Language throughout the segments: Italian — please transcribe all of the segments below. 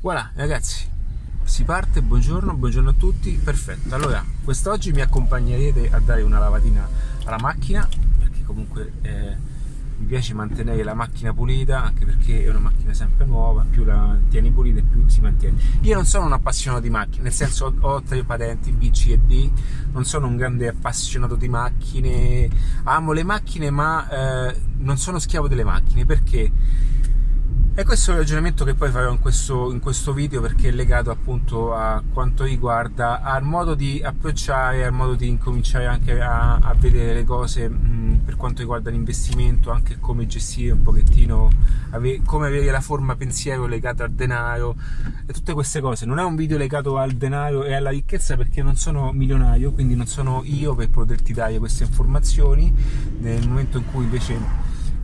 Voilà, ragazzi, si parte, buongiorno a tutti, perfetto. Allora, quest'oggi mi accompagnerete a dare una lavatina alla macchina, perché comunque mi piace mantenere la macchina pulita, anche perché è una macchina sempre nuova, più la tieni pulita e più si mantiene. Io non sono un appassionato di macchine, nel senso ho 3 patenti B, C e D, non sono un grande appassionato di macchine, amo le macchine ma non sono schiavo delle macchine, perché... E questo è il ragionamento che poi farò in questo video, perché è legato appunto a quanto riguarda al modo di approcciare, al modo di incominciare anche a vedere le cose per quanto riguarda l'investimento, anche come gestire un pochettino, come avere la forma pensiero legata al denaro e tutte queste cose. Non è un video legato al denaro e alla ricchezza, perché non sono milionario, quindi non sono io per poterti dare queste informazioni nel momento in cui invece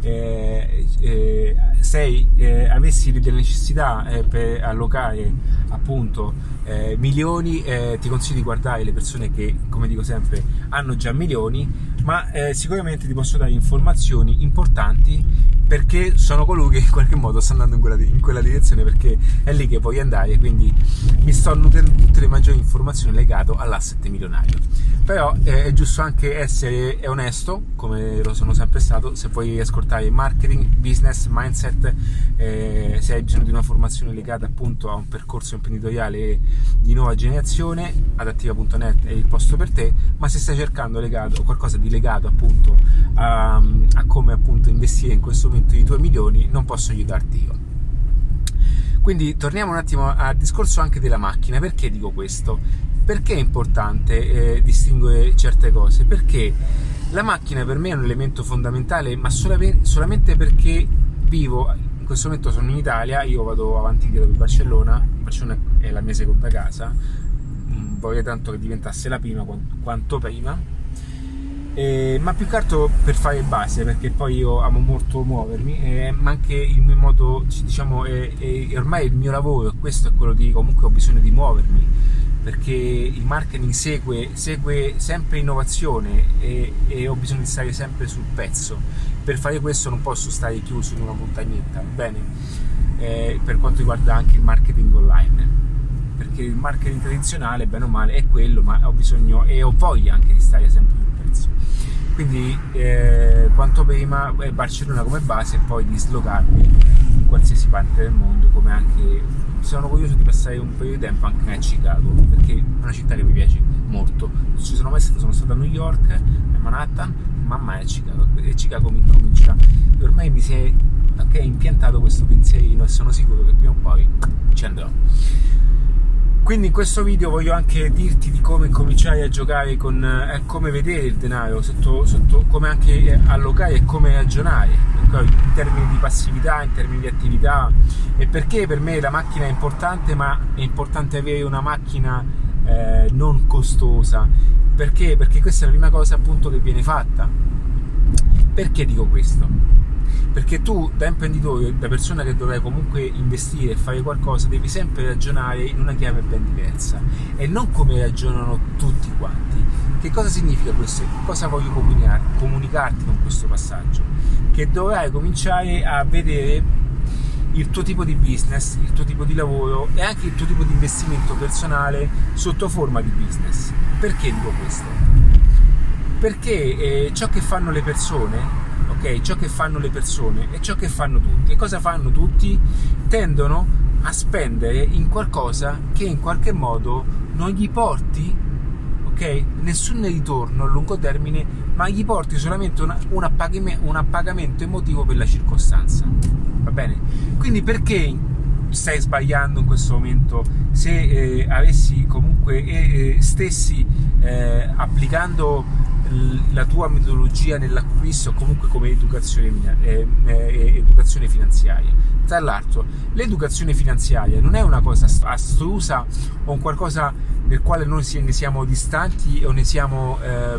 avessi delle necessità per allocare appunto milioni, ti consiglio di guardare le persone che, come dico sempre, hanno già milioni, ma sicuramente ti posso dare informazioni importanti, perché sono colui che in qualche modo sta andando in quella direzione, perché è lì che voglio andare, quindi mi sto nutrendo tutte le maggiori informazioni legate all'asset milionario. Però è giusto anche essere onesto, come lo sono sempre stato. Se vuoi ascoltare marketing, business, mindset, se hai bisogno di una formazione legata appunto a un percorso imprenditoriale di nuova generazione, adattiva.net è il posto per te. Ma se stai cercando qualcosa di legato appunto a come appunto investire in questo momento i tuoi milioni, non posso aiutarti io. Quindi torniamo un attimo al discorso anche della macchina. Perché dico questo? Perché è importante distinguere certe cose? Perché la macchina per me è un elemento fondamentale, ma solamente perché vivo, in questo momento sono in Italia, io vado avanti e indietro per Barcellona è la mia seconda casa, vorrei tanto che diventasse la prima quanto prima, ma più che altro per fare base, perché poi io amo molto muovermi, ma anche il mio modo, diciamo, ormai il mio lavoro, questo è quello di, comunque ho bisogno di muovermi, perché il marketing segue sempre innovazione e ho bisogno di stare sempre sul pezzo. Per fare questo non posso stare chiuso in una montagnetta, bene, per quanto riguarda anche il marketing online, perché il marketing tradizionale, bene o male, è quello, ma ho bisogno e ho voglia anche di stare sempre sul pezzo. Quindi quanto prima Barcellona come base, e poi dislocarmi in qualsiasi parte del mondo, come anche sono curioso di passare un periodo di tempo anche a Chicago, perché è una città che mi piace molto. Non ci sono mai stato, sono stato a New York, a Manhattan, ma mai a Chicago, e Chicago mi comincia, ormai mi si è impiantato questo pensierino e sono sicuro che prima o poi ci andrò. Quindi in questo video voglio anche dirti di come cominciare a giocare con come vedere il denaro, sotto come anche allocare e come ragionare in termini di passività, in termini di attività, e perché per me la macchina è importante, ma è importante avere una macchina non costosa. Perché? Perché questa è la prima cosa appunto che viene fatta. Perché dico questo? Perché tu, da imprenditore, da persona che dovrai comunque investire e fare qualcosa, devi sempre ragionare in una chiave ben diversa e non come ragionano tutti quanti. Che cosa significa questo? Cosa voglio comunicarti con questo passaggio? Che dovrai cominciare a vedere il tuo tipo di business, il tuo tipo di lavoro e anche il tuo tipo di investimento personale sotto forma di business. Perché dico questo? Perché ciò che fanno le persone, ciò che fanno le persone e ciò che fanno tutti. E cosa fanno tutti? Tendono a spendere in qualcosa che in qualche modo non gli porti nessun ritorno a lungo termine, ma gli porti solamente un appagamento emotivo per la circostanza. Va bene? Quindi perché stai sbagliando in questo momento se avessi comunque stessi applicando la tua metodologia nell'acquisto, comunque come educazione finanziaria. Tra l'altro, l'educazione finanziaria non è una cosa astrusa o un qualcosa del quale noi ne siamo distanti o ne siamo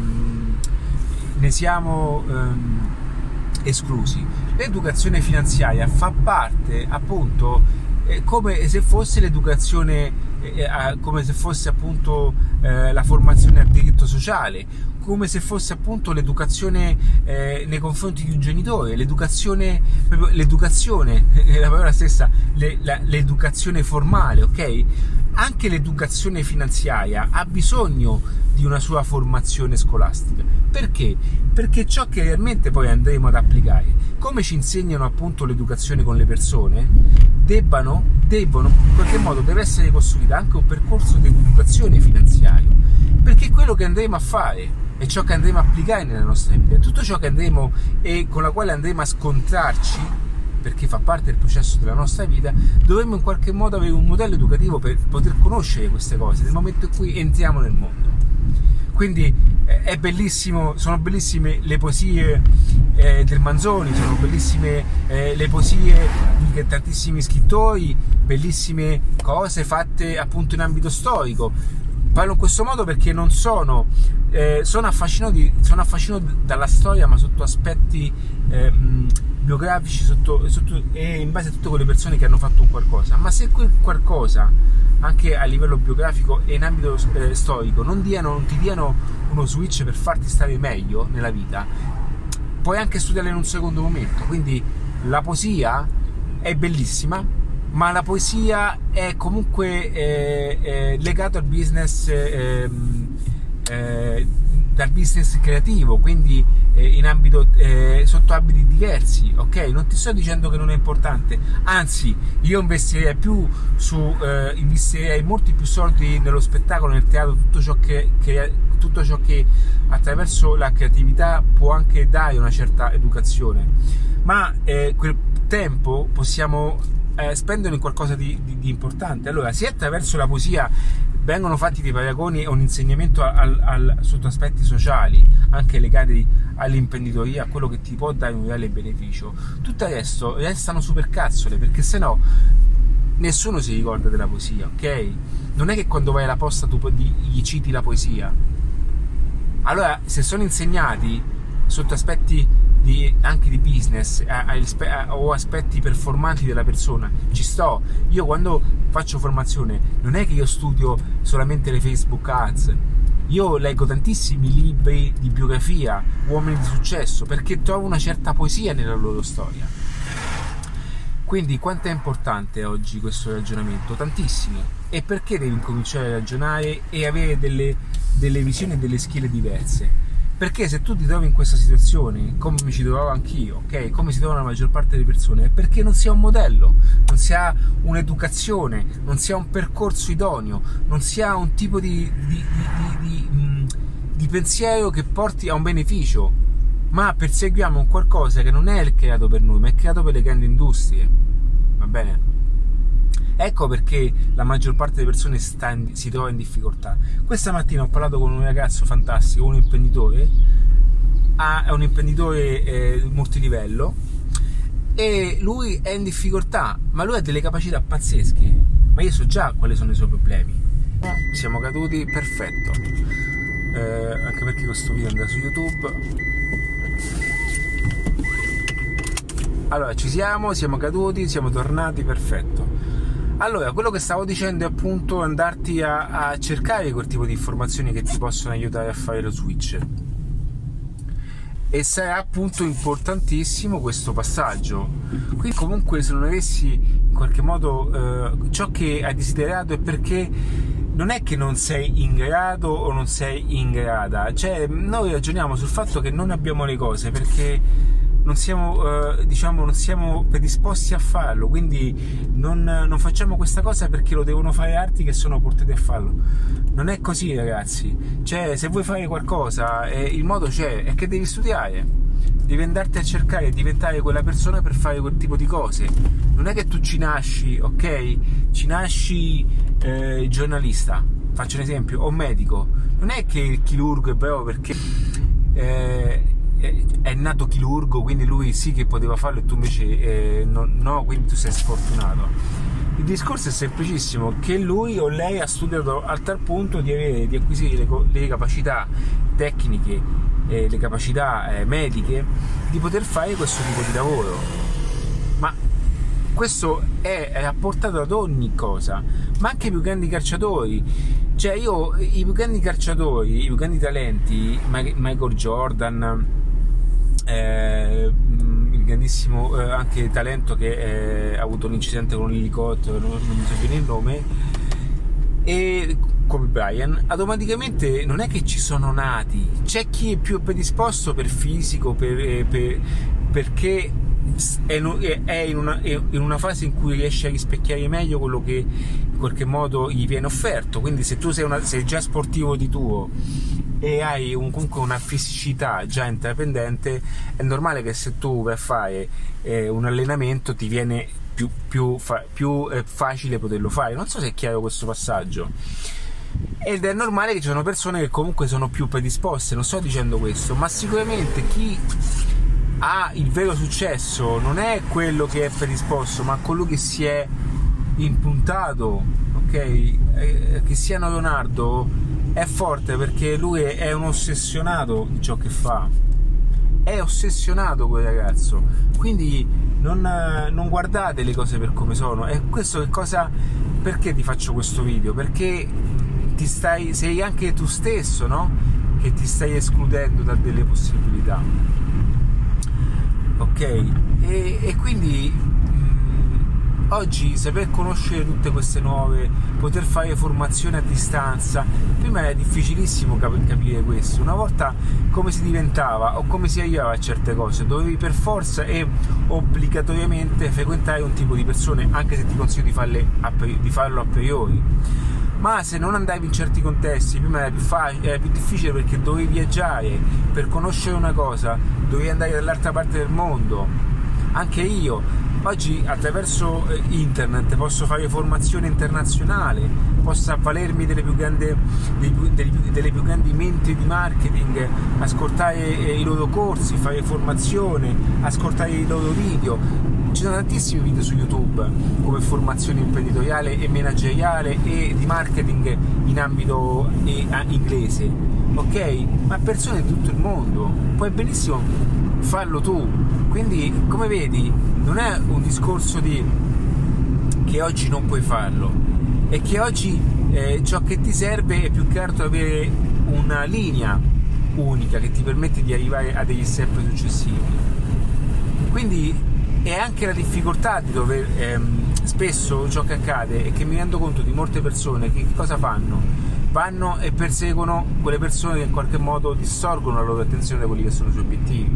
esclusi. L'educazione finanziaria fa parte appunto come se fosse l'educazione come se fosse appunto la formazione al diritto sociale, come se fosse appunto l'educazione nei confronti di un genitore, l'educazione, la parola stessa, l'educazione formale, ok? Anche l'educazione finanziaria ha bisogno di una sua formazione scolastica. Perché? Perché ciò che realmente poi andremo ad applicare, come ci insegnano appunto l'educazione con le persone, debbono in qualche modo deve essere costruito anche un percorso di educazione finanziaria, perché quello che andremo a fare è ciò che andremo a applicare nella nostra vita, tutto ciò che andremo e con la quale andremo a scontrarci, perché fa parte del processo della nostra vita, dovremmo in qualche modo avere un modello educativo per poter conoscere queste cose nel momento in cui entriamo nel mondo. Quindi è bellissimo, sono bellissime le poesie del Manzoni, sono bellissime le poesie di tantissimi scrittori, bellissime cose fatte appunto in ambito storico. Parlo in questo modo perché non sono affascinato dalla storia, ma sotto aspetti biografici, e in base a tutte quelle persone che hanno fatto un qualcosa. Ma se quel qualcosa, anche a livello biografico e in ambito storico, non ti diano uno switch per farti stare meglio nella vita, puoi anche studiarla in un secondo momento. Quindi la poesia è bellissima, ma la poesia è comunque legata al business, dal business creativo, quindi in ambito sotto ambiti diversi, ok? Non ti sto dicendo che non è importante, anzi io investirei molti più soldi nello spettacolo, nel teatro, tutto ciò che attraverso la creatività può anche dare una certa educazione, ma quel tempo possiamo spendono in qualcosa di importante. Allora, se attraverso la poesia vengono fatti dei paragoni e un insegnamento sotto aspetti sociali, anche legati all'imprenditoria, a quello che ti può dare un reale beneficio, tutto il resto restano supercazzole, perché sennò nessuno si ricorda della poesia, ok? Non è che quando vai alla posta tu gli citi la poesia. Allora, se sono insegnati sotto aspetti anche di business o aspetti performanti della persona, ci sto. Io quando faccio formazione non è che io studio solamente le Facebook Ads, io leggo tantissimi libri di biografia, uomini di successo, perché trovo una certa poesia nella loro storia. Quindi quanto è importante oggi questo ragionamento? Tantissimo. E perché devi incominciare a ragionare e avere delle visioni e delle skill diverse? Perché se tu ti trovi in questa situazione, come mi ci trovavo anch'io, ok? Come si trova la maggior parte delle persone, è perché non si ha un modello, non si ha un'educazione, non si ha un percorso idoneo, non si ha un tipo di pensiero che porti a un beneficio, ma perseguiamo un qualcosa che non è creato per noi, ma è creato per le grandi industrie, va bene? Ecco perché la maggior parte delle persone si trova in difficoltà. Questa mattina ho parlato con un ragazzo fantastico, un imprenditore, è un imprenditore multilivello, e lui è in difficoltà, ma lui ha delle capacità pazzesche, ma io so già quali sono i suoi problemi. Siamo caduti, perfetto, anche perché questo video andrà su YouTube. Allora, siamo caduti, siamo tornati, perfetto. Allora, quello che stavo dicendo è appunto andarti a cercare quel tipo di informazioni che ti possono aiutare a fare lo switch, e sarà appunto importantissimo questo passaggio. Quindi comunque, se non avessi in qualche modo ciò che hai desiderato, è perché non è che non sei in grado o non sei in grada, cioè noi ragioniamo sul fatto che non abbiamo le cose perché non siamo predisposti a farlo, quindi non facciamo questa cosa perché lo devono fare altri che sono portati a farlo. Non è così, ragazzi. Cioè, se vuoi fare qualcosa, il modo c'è, è che devi studiare, devi andarti a cercare e diventare quella persona per fare quel tipo di cose. Non è che tu ci nasci, ok? Ci nasci giornalista, faccio un esempio, o medico. Non è che il chirurgo è bravo perché è nato chirurgo, quindi lui sì che poteva farlo e tu invece no, quindi tu sei sfortunato. Il discorso è semplicissimo, che lui o lei ha studiato a tal punto di acquisire le capacità tecniche, le capacità mediche di poter fare questo tipo di lavoro. Ma questo è a portata ad ogni cosa, ma anche i più grandi calciatori. Cioè io, i più grandi calciatori, i più grandi talenti, Michael Jordan, il grandissimo anche talento che ha avuto un incidente con un elicottero, non mi so bene il nome, e Kobe Bryant, automaticamente non è che ci sono nati. C'è chi è più predisposto per fisico, perché è in una fase in cui riesce a rispecchiare meglio quello che in qualche modo gli viene offerto. Quindi se tu sei già sportivo di tuo e hai comunque una fisicità già intraprendente, è normale che se tu vai a fare un allenamento ti viene più facile poterlo fare. Non so se è chiaro questo passaggio. Ed è normale che ci sono persone che comunque sono più predisposte, non sto dicendo questo, ma sicuramente chi ha il vero successo non è quello che è predisposto, ma colui che si è impuntato, ok? Cristiano Ronaldo è forte perché lui è un ossessionato di ciò che fa, è ossessionato quel ragazzo, quindi non guardate le cose per come sono. E questo che cosa, perché ti faccio questo video? Perché sei anche tu stesso, no? Che ti stai escludendo da delle possibilità, ok? E quindi oggi saper conoscere tutte queste nuove, poter fare formazione a distanza, prima era difficilissimo capire questo. Una volta come si diventava o come si arrivava a certe cose, dovevi per forza e obbligatoriamente frequentare un tipo di persone, anche se ti consiglio di farlo a priori. Ma se non andavi in certi contesti, prima era più difficile, perché dovevi viaggiare per conoscere una cosa, dovevi andare dall'altra parte del mondo. Anche io oggi attraverso internet posso fare formazione internazionale, posso avvalermi delle più grandi menti di marketing, ascoltare i loro corsi, fare formazione, ascoltare i loro video. Ci sono tantissimi video su YouTube come formazione imprenditoriale e manageriale e di marketing in ambito inglese, ok? Ma persone di tutto il mondo, puoi benissimo farlo tu. Quindi, come vedi, non è un discorso che oggi non puoi farlo, è che oggi ciò che ti serve è più che altro avere una linea unica che ti permette di arrivare a degli step successivi. Quindi è anche la difficoltà di dover spesso ciò che accade è che mi rendo conto di molte persone che cosa fanno? Vanno e perseguono quelle persone che in qualche modo distorgono la loro attenzione da quelli che sono i suoi obiettivi.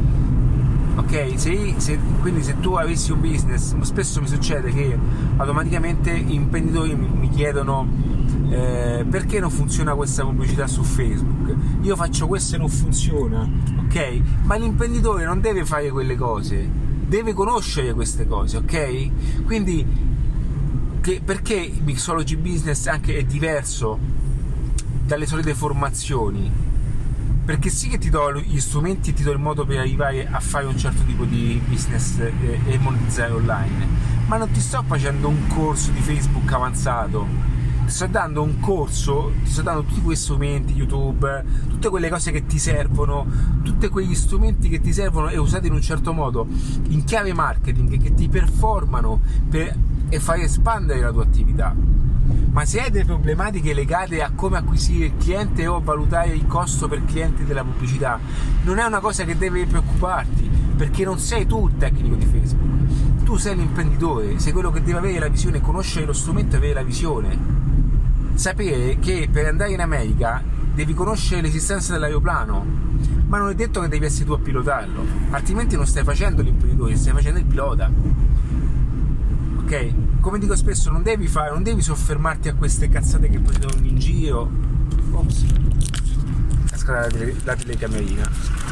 Ok, quindi se tu avessi un business, spesso mi succede che automaticamente gli imprenditori mi chiedono perché non funziona questa pubblicità su Facebook. Io faccio questo e non funziona, ok? Ma l'imprenditore non deve fare quelle cose, deve conoscere queste cose, ok? Quindi perché Mixology Business anche è diverso dalle solite formazioni? Perché sì che ti do gli strumenti, ti do il modo per arrivare a fare un certo tipo di business e monetizzare online, ma non ti sto facendo un corso di Facebook avanzato, ti sto dando un corso, ti sto dando tutti quei strumenti, YouTube, tutte quelle cose che ti servono, tutti quegli strumenti che ti servono e usati in un certo modo, in chiave marketing, che ti performano e fai espandere la tua attività. Ma se hai delle problematiche legate a come acquisire il cliente o valutare il costo per cliente della pubblicità, non è una cosa che deve preoccuparti, perché non sei tu il tecnico di Facebook, tu sei l'imprenditore, sei quello che deve avere la visione, conoscere lo strumento e avere la visione, sapere che per andare in America devi conoscere l'esistenza dell'aeroplano, ma non è detto che devi essere tu a pilotarlo, altrimenti non stai facendo l'imprenditore, stai facendo il pilota. Ok? Come dico spesso, non devi soffermarti a queste cazzate che poi ti danno in giro. Ops, cascata la telecamerina.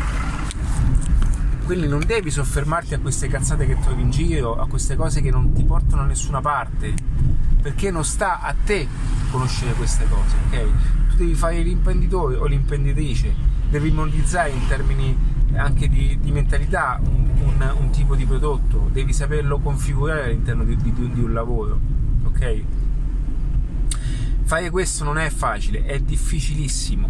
Quindi non devi soffermarti a queste cazzate che trovi in giro, a queste cose che non ti portano a nessuna parte, perché non sta a te conoscere queste cose, ok? Tu devi fare l'imprenditore o l'imprenditrice, devi monetizzare in termini anche di mentalità un tipo di prodotto, devi saperlo configurare all'interno di un lavoro, ok? Fare questo non è facile, è difficilissimo,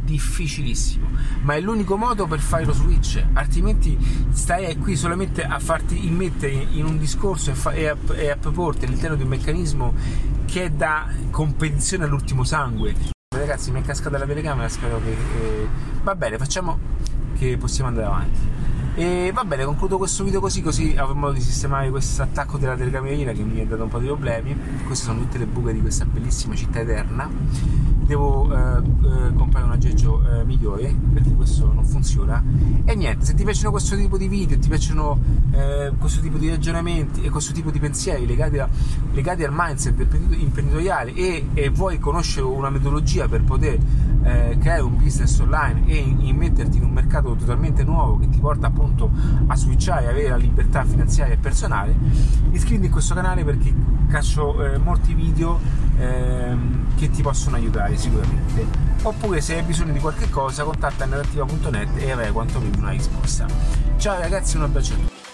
ma è l'unico modo per fare lo switch, altrimenti stai qui solamente a farti immettere in un discorso e a proporti all'interno di un meccanismo che è da competizione all'ultimo sangue. Ragazzi, mi è cascata la telecamera, spero che va bene, facciamo che possiamo andare avanti. E va bene, concludo questo video così avrò modo di sistemare questo attacco della telecamerina che mi ha dato un po' di problemi. Queste sono tutte le buche di questa bellissima città eterna. Devo comprare un aggeggio migliore perché questo non funziona. E niente, se ti piacciono questo tipo di video, ti piacciono questo tipo di ragionamenti e questo tipo di pensieri legati al mindset imprenditoriale e vuoi conoscere una metodologia per poter creare un business online e immetterti in un mercato totalmente nuovo che ti porta appunto a switchare e avere la libertà finanziaria e personale, iscriviti in questo canale perché caccio molti video che ti possono aiutare sicuramente. Oppure se hai bisogno di qualche cosa contatta narrativa.net e avrai quantomeno una risposta. Ciao ragazzi, un abbraccio a tutti.